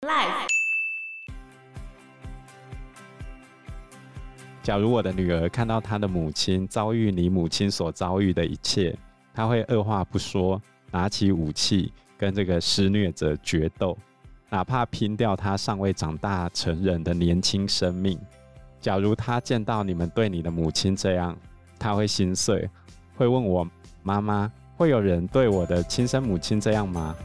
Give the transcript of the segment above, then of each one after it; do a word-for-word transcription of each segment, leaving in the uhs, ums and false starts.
Life。 假如我的女儿看到她的母亲遭遇你母亲所遭遇的一切，她会二话不说，拿起武器跟这个施虐者决斗，哪怕拼掉她尚未长大成人的年轻生命。假如她见到你们对你的母亲这样，她会心碎，会问我妈妈，会有人对我的亲生母亲这样吗？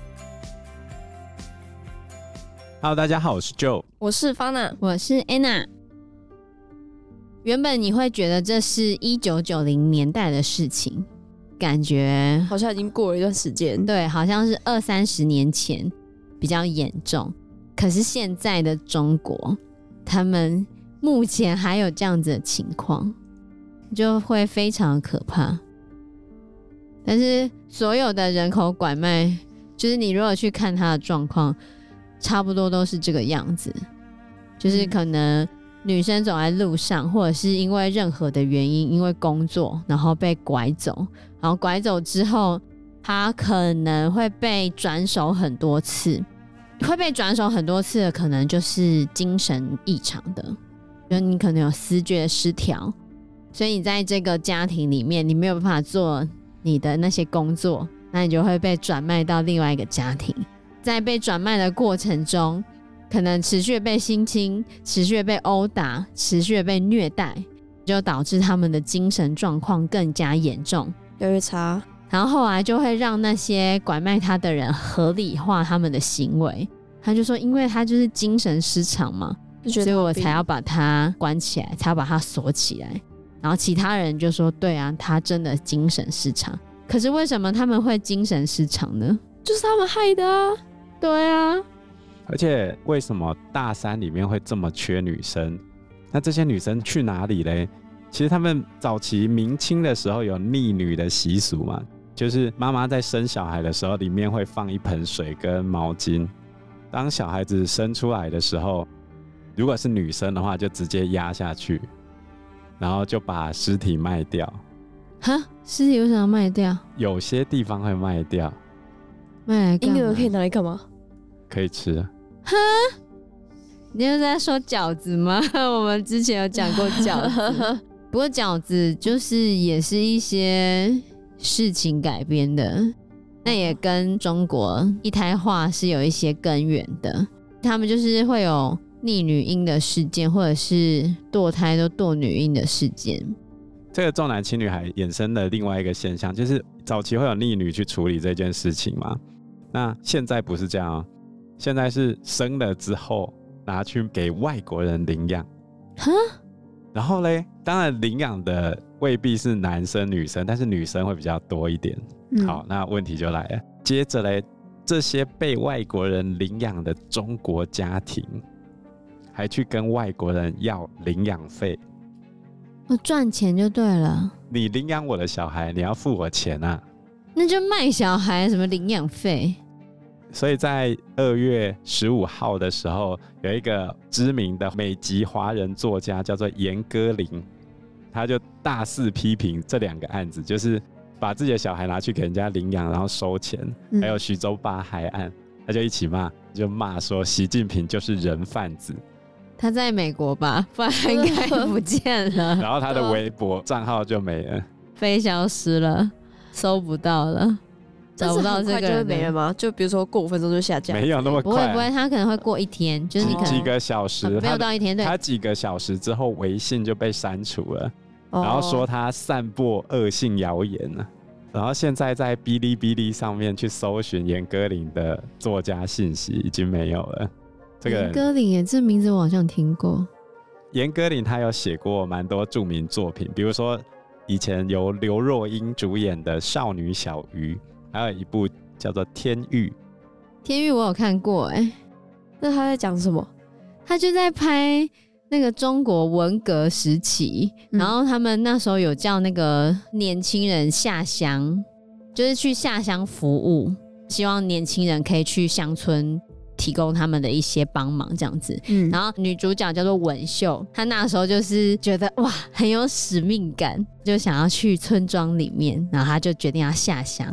Hello， 大家好，我是 Joe， 我是 Fana， 我是 Anna。原本你会觉得这是一九九零年代的事情，感觉好像已经过了一段时间， 对，好像是二三十年前比较严重。可是现在的中国，他们目前还有这样子的情况，就会非常可怕。但是所有的人口拐卖，就是你如果去看它的状况，差不多都是这个样子，就是可能女生走在路上，或者是因为任何的原因，因为工作然后被拐走，然后拐走之后她可能会被转手很多次，会被转手很多次的可能就是精神异常的，就是你可能有思觉失调，所以你在这个家庭里面你没有办法做你的那些工作，那你就会被转卖到另外一个家庭。在被转卖的过程中，可能持续被性侵，持续被殴打，持续被虐待，就导致他们的精神状况更加严重， 越来越差。 然后后来就会让那些拐卖他的人合理化他们的行为，他就说因为他就是精神失常嘛，所以我才要把他关起来，才要把他锁起来。然后其他人就说对啊，他真的精神失常。可是为什么他们会精神失常呢？ 就是他们害的啊。 对啊， 而且为什么大山里面会这么缺女生？那这些女生去哪里嘞？其实他们早期明清的时候有溺女的习俗嘛，就是妈妈在生小孩的时候，里面会放一盆水跟毛巾。当小孩子生出来的时候，如果是女生的话，就直接压下去，然后就把尸体卖掉。 哈，尸体为什么要卖掉？ 有些地方会卖掉。 卖来干嘛？ 婴儿可以拿来干嘛？ 可以吃。 哈，你又在说饺子吗？我们之前有讲过饺子，不过饺子就是也是一些事情改编的，那也跟中国一胎化是有一些根源的。他们就是会有溺女婴的事件，或者是堕胎都堕女婴的事件。 这个重男轻女还衍生了另外一个现象，就是早期会有溺女去处理这件事情嘛。那现在不是这样哦，现在是生了之后拿去给外国人领养。 哈？ 然后嘞，当然领养的未必是男生女生，但是女生会比较多一点。嗯、好，那问题就来了。接着嘞，这些被外国人领养的中国家庭，还去跟外国人要领养费。 我赚钱就对了。 你领养我的小孩，你要付我钱啊。 那就卖小孩，什么领养费？ 所以在二月十五号的时候，有一个知名的美籍华人作家叫做严歌苓，他就大肆批评这两个案子，就是把自己的小孩拿去给人家领养，然后收钱，嗯、还有徐州八孩案，他就一起骂，就骂说习近平就是人贩子。 他在美国吧，不然应该不见了。 然后他的微博账号就没了， 非消失了。搜不到了，找不到这个人， 就会没了吗？就比如说过五分钟就下架？ 没有那么快， 不会不会，他可能会过一天，就是你可能几个小时， 没有到一天，对， 他几个小时之后微信就被删除了， 哦、 然后说他散播恶性谣言了。然后现在在哔哩哔哩上面去搜寻严歌苓的作家信息，已经没有了。这个严歌苓耶，这名字我好像听过。 严歌苓他有写过蛮多著名作品，比如说以前由刘若英主演的《少女小鱼》，还有一部叫做《天域》。 天域我有看过哎、欸， 那他在讲什么？ 他就在拍那个中国文革时期、嗯，然后他们那时候有叫那个年轻人下乡，就是去下乡服务，希望年轻人可以去乡村提供他们的一些帮忙这样子、嗯、然后女主角叫做文秀，她那时候就是觉得哇很有使命感，就想要去村庄里面，然后她就决定要下乡，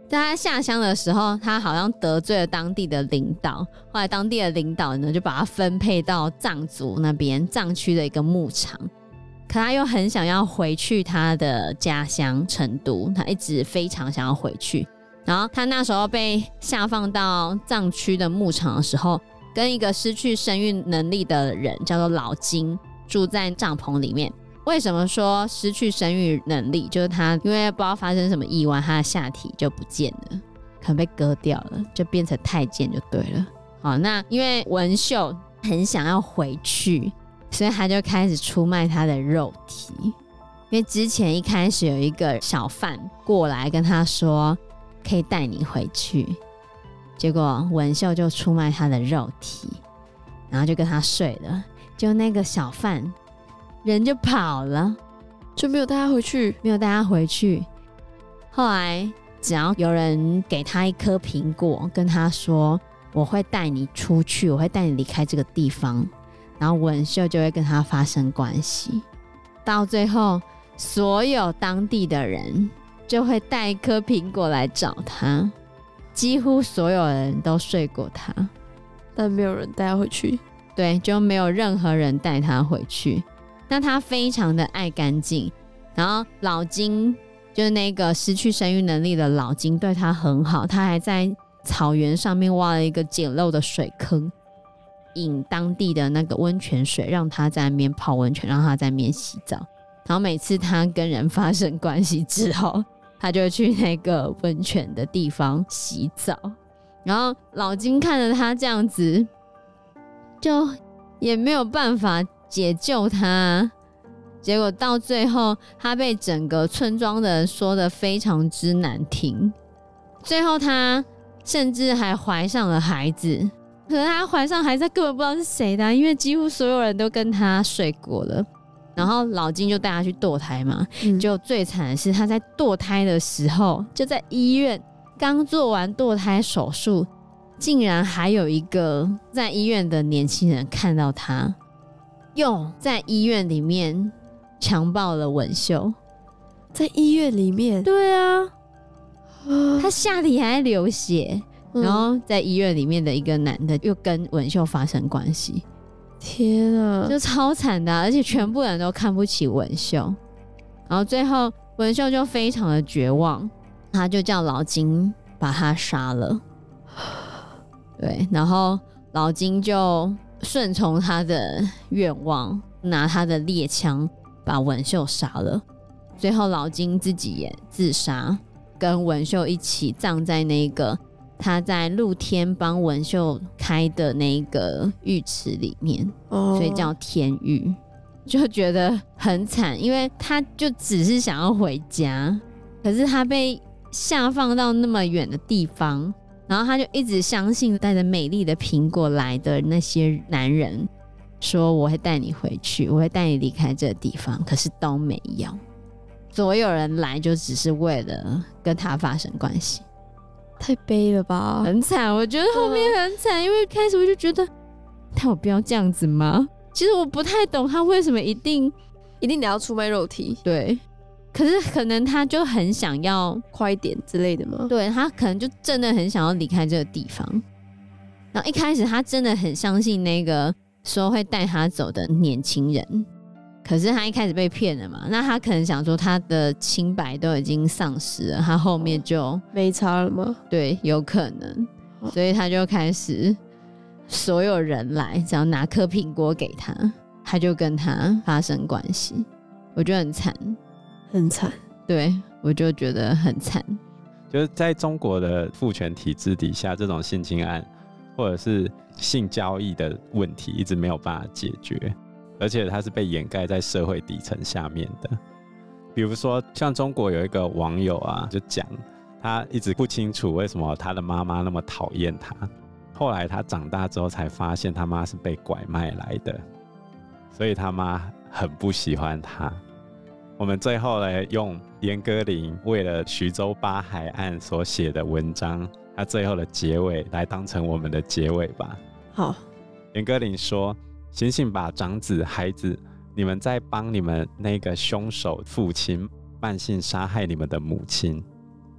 在他下乡的时候，他好像得罪了当地的领导，后来当地的领导呢就把他分配到藏族那边藏区的一个牧场，可他又很想要回去他的家乡成都，他一直非常想要回去。然后他那时候被下放到藏区的牧场的时候，跟一个失去生育能力的人叫做老金住在帐篷里面。为什么说失去生育能力？就是他因为不知道发生什么意外，他的下体就不见了，可能被割掉了，就变成太监就对了。好，那因为文秀很想要回去，所以他就开始出卖他的肉体。因为之前一开始有一个小贩过来跟他说可以带你回去，结果文秀就出卖他的肉体，然后就跟他睡了。就那个小贩人就跑了， 就没有带他回去， 没有带他回去。后来只要有人给他一颗苹果，跟他说我会带你出去，我会带你离开这个地方，然后文秀就会跟他发生关系。到最后所有当地的人就会带一颗苹果来找他，几乎所有人都睡过他， 但没有人带他回去。 对，就没有任何人带他回去。那他非常的爱干净，然后老金就是那个失去生育能力的老金对他很好，他还在草原上面挖了一个简陋的水坑，引当地的那个温泉水，让他在那边泡温泉，让他在那边洗澡。然后每次他跟人发生关系之后，他就去那个温泉的地方洗澡。然后老金看着他这样子，就也没有办法解救他，结果到最后他被整个村庄的人说得非常之难听，最后他甚至还怀上了孩子。可是他怀上孩子根本不知道是谁的、啊、因为几乎所有人都跟他睡过了。然后老金就带他去堕胎嘛、嗯、就最惨的是他在堕胎的时候，就在医院刚做完堕胎手术，竟然还有一个在医院的年轻人看到他又在医院里面强暴了文秀。 在医院里面？ 对啊，他下体还在流血、嗯、然后在医院里面的一个男的又跟文秀发生关系。 天啊， 就超惨的、啊、而且全部人都看不起文秀。然后最后文秀就非常的绝望，他就叫老金把他杀了。对，然后老金就顺从他的愿望，拿他的猎枪把文秀杀了。最后老金自己也自杀，跟文秀一起葬在那个他在露天帮文秀开的那个浴池里面、哦、所以叫天浴。就觉得很惨，因为他就只是想要回家，可是他被下放到那么远的地方，然后他就一直相信带着美丽的苹果来的那些男人说我会带你回去，我会带你离开这个地方，可是都没有。所有人来就只是为了跟他发生关系。 太悲了吧， 很惨。我觉得后面很惨、嗯、因为开始我就觉得他有必要这样子吗？其实我不太懂他为什么一定一定得要出卖肉体。 对，可是可能他就很想要快一点之类的吗？ 对，他可能就真的很想要离开这个地方。然后一开始他真的很相信那个说会带他走的年轻人，可是他一开始被骗了嘛，那他可能想说他的清白都已经丧失了，他后面就、哦、 没差了吗？ 对，有可能、哦、所以他就开始所有人来只要拿颗苹果给他，他就跟他发生关系。我觉得很惨， 很惨。 对，我就觉得很惨。 就是在中国的父权体制底下，这种性侵案或者是性交易的问题一直没有办法解决，而且它是被掩盖在社会底层下面的。比如说像中国有一个网友啊，就讲他一直不清楚为什么他的妈妈那么讨厌他，后来他长大之后才发现他妈是被拐卖来的，所以他妈很不喜欢他。我们最后呢，用严歌苓为了徐州八海案所写的文章，他最后的结尾来当成我们的结尾吧。 好， 严歌苓说：醒醒吧，长子孩子，你们在帮你们那个凶手父亲慢性杀害你们的母亲。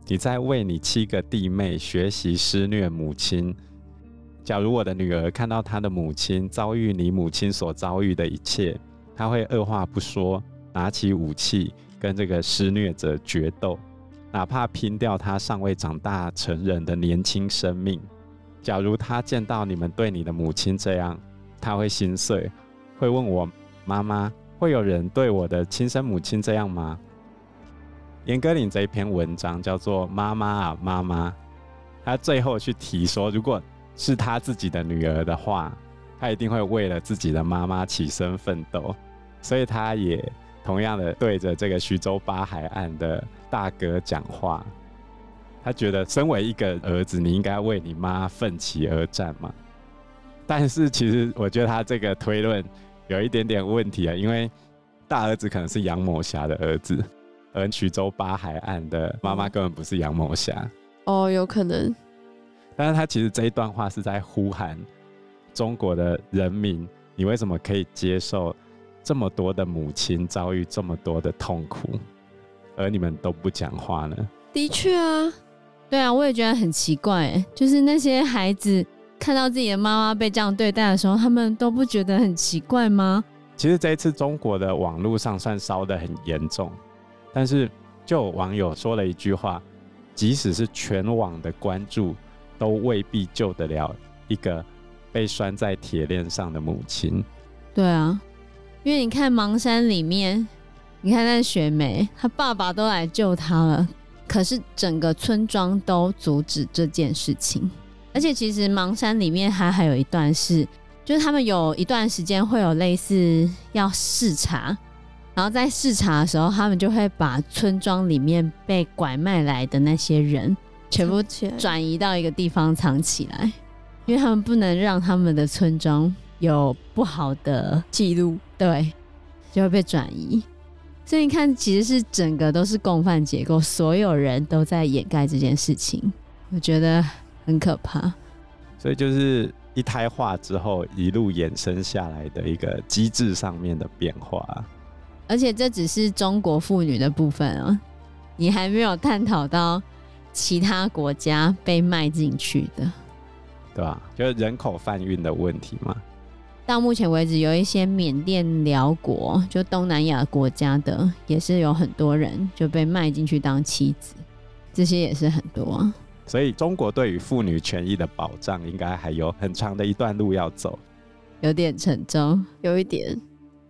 你在为你七个弟妹学习施虐母亲。假如我的女儿看到她的母亲遭遇你母亲所遭遇的一切，她会二话不说，拿起武器跟这个施虐者决斗，哪怕拼掉她尚未长大成人的年轻生命。假如她见到你们对你的母亲这样，她会心碎，会问我妈妈，会有人对我的亲生母亲这样吗？严歌苓这一篇文章叫做《妈妈啊妈妈》，她最后去提说，如果是她自己的女儿的话，她一定会为了自己的妈妈起身奋斗，所以她也同样的对着这个徐州八海岸的大哥讲话。她觉得身为一个儿子，你应该为你妈奋起而战嘛。但是其实我觉得他这个推论有一点点问题啊，因为大儿子可能是杨某侠的儿子，而徐州八海岸的妈妈根本不是杨某侠。 哦，有可能。 但是他其实这一段话是在呼喊中国的人民，你为什么可以接受这么多的母亲遭遇这么多的痛苦，而你们都不讲话呢？ 的确啊， 对啊，我也觉得很奇怪，就是那些孩子看到自己的妈妈被这样对待的时候，他们都不觉得很奇怪吗？ 其实这一次中国的网络上算烧得很严重，但是就有网友说了一句话，即使是全网的关注，都未必救得了一个被拴在铁链上的母亲。 对啊，因为你看邙山里面，你看那雪梅，她爸爸都来救她了，可是整个村庄都阻止这件事情。而且其实邙山里面还还有一段是，就是他们有一段时间会有类似要视察，然后在视察的时候，他们就会把村庄里面被拐卖来的那些人全部转移到一个地方藏起来，因为他们不能让他们的村庄有不好的记录， 对，就会被转移。所以你看，其实是整个都是共犯结构，所有人都在掩盖这件事情，我觉得很可怕。 所以就是一胎化之后一路衍生下来的一个机制上面的变化。 而且这只是中国妇女的部分啊，你还没有探讨到其他国家被卖进去的， 对吧？就是人口贩运的问题嘛。 到目前为止，有一些缅甸、辽国，就东南亚国家的，也是有很多人就被卖进去当妻子，这些也是很多啊。 所以中国对于妇女权益的保障，应该还有很长的一段路要走， 有点沉重， 有一点。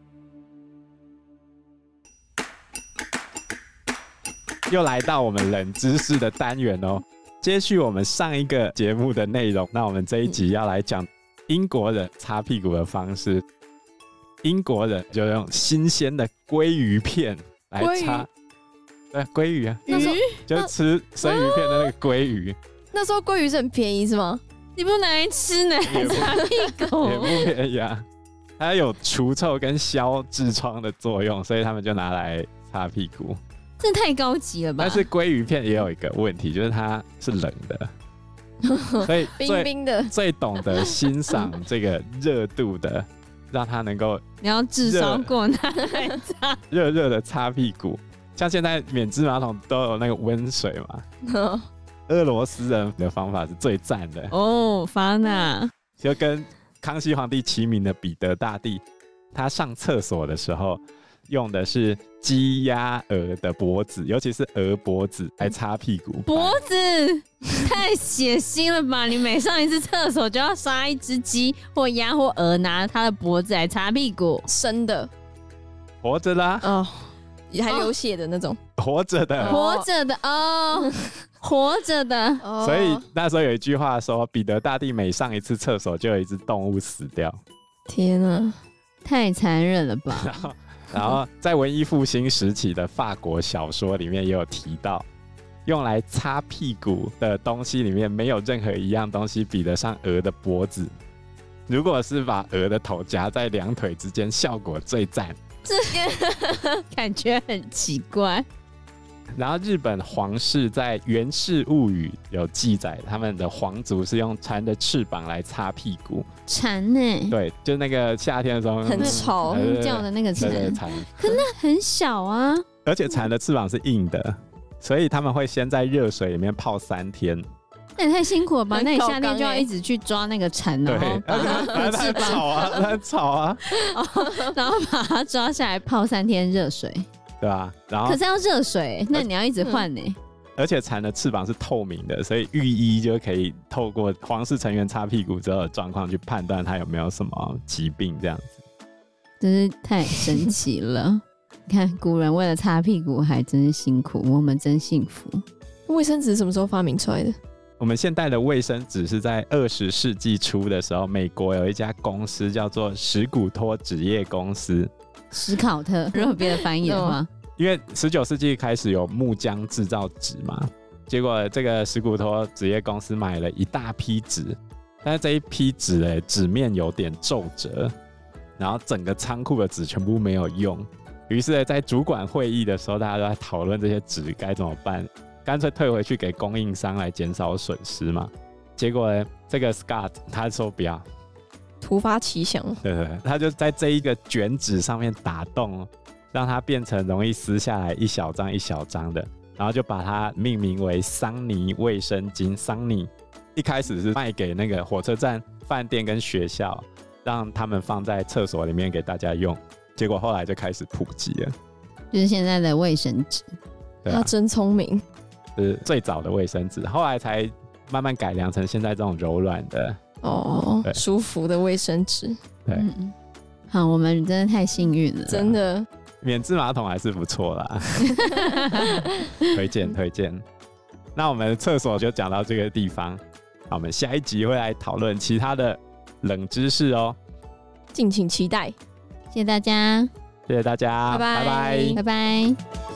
又来到我们冷知识的单元哦。接续我们上一个节目的内容，那我们这一集要来讲英国人擦屁股的方式。英国人就用新鲜的鲑鱼片来擦，对，鲑鱼啊， 那时候就吃生鱼片的那个鲑鱼。 那时候鲑鱼是很便宜是吗？ 你不拿来吃呢，还擦屁股？ 也不便宜啊，它有除臭跟消痔疮的作用，所以他们就拿来擦屁股。 这太高级了吧？ 但是鲑鱼片也有一个问题，就是它是冷的，所以冰冰的， 最懂得欣赏这个热度的，让它能够你要炙烧过拿来擦， 热热的擦屁股。像现在免治马桶都有那个温水嘛，俄罗斯人的方法是最赞的哦。法娜就跟康熙皇帝齐名的彼得大帝，他上厕所的时候用的是鸡鸭鹅的脖子，尤其是鹅脖子来擦屁股。 脖子太血腥了吧！你每上一次厕所就要杀一只鸡或鸭或鹅，拿它的脖子来擦屁股， 生的， 活着啦， 哦，还流血的那种， 活着的， 活着的哦，活着的。 哦、 所以那时候有一句话说，彼得大帝每上一次厕所就有一只动物死掉。 天啊， 太残忍了吧！ 然后然后在文艺复兴时期的法国小说里面也有提到，用来擦屁股的东西里面没有任何一样东西比得上鹅的脖子。如果是把鹅的头夹在两腿之间，效果最赞。 这个感觉很奇怪。 然后日本皇室在《源氏物语》有记载，他们的皇族是用蝉的翅膀来擦屁股。 蝉呢、欸？ 对，就那个夏天的时候很吵嗯、叫的那个蝉。 蝉， 可那很小啊。 而且蝉的翅膀是硬的， 所以他们会先在热水里面泡三天。 那也太辛苦了吧？ 很那你夏天高纲欸就要一直去抓那个蝉， 对， 然后把它它很吵啊，它很吵啊， 然后把它抓下来泡三天热水。 对吧？然后可是要热水，那你要一直换呢、 而且蝉的翅膀是透明的，所以御医就可以透过皇室成员擦屁股之后的状况去判断他有没有什么疾病，这样子。 真是太神奇了。你看古人为了擦屁股还真是辛苦，我们真幸福。 卫生纸什么时候发明出来的？ 我们现代的卫生纸是在二十世纪初的时候，美国有一家公司叫做史古托纸业公司。 史考特，如果别的翻译的话， 因为十九世纪开始有木浆制造纸嘛，结果这个史古托纸业公司买了一大批纸，但是这一批纸哎，纸面有点皱褶，然后整个仓库的纸全部没有用。于是，在主管会议的时候，大家都在讨论这些纸该怎么办，干脆退回去给供应商来减少损失嘛。结果呢，这个 Scott 他说不要。 突发奇想， 对对对，他就在这一个卷纸上面打洞，让它变成容易撕下来一小张一小张的，然后就把它命名为桑尼卫生巾。桑尼一开始是卖给那个火车站、饭店跟学校，让他们放在厕所里面给大家用，结果后来就开始普及了， 就是现在的卫生纸。 对啊， 他真聪明。 是最早的卫生纸，后来才慢慢改良成现在这种柔软的。 哦，舒服的卫生纸， 对、 嗯，好，我们真的太幸运了， 真的。 免治马桶还是不错啦，推荐推荐。那我们厕所就讲到这个地方，好，我们下一集会来讨论其他的冷知识哦， 敬请期待。 谢谢大家， 谢谢大家， 拜拜拜拜拜拜。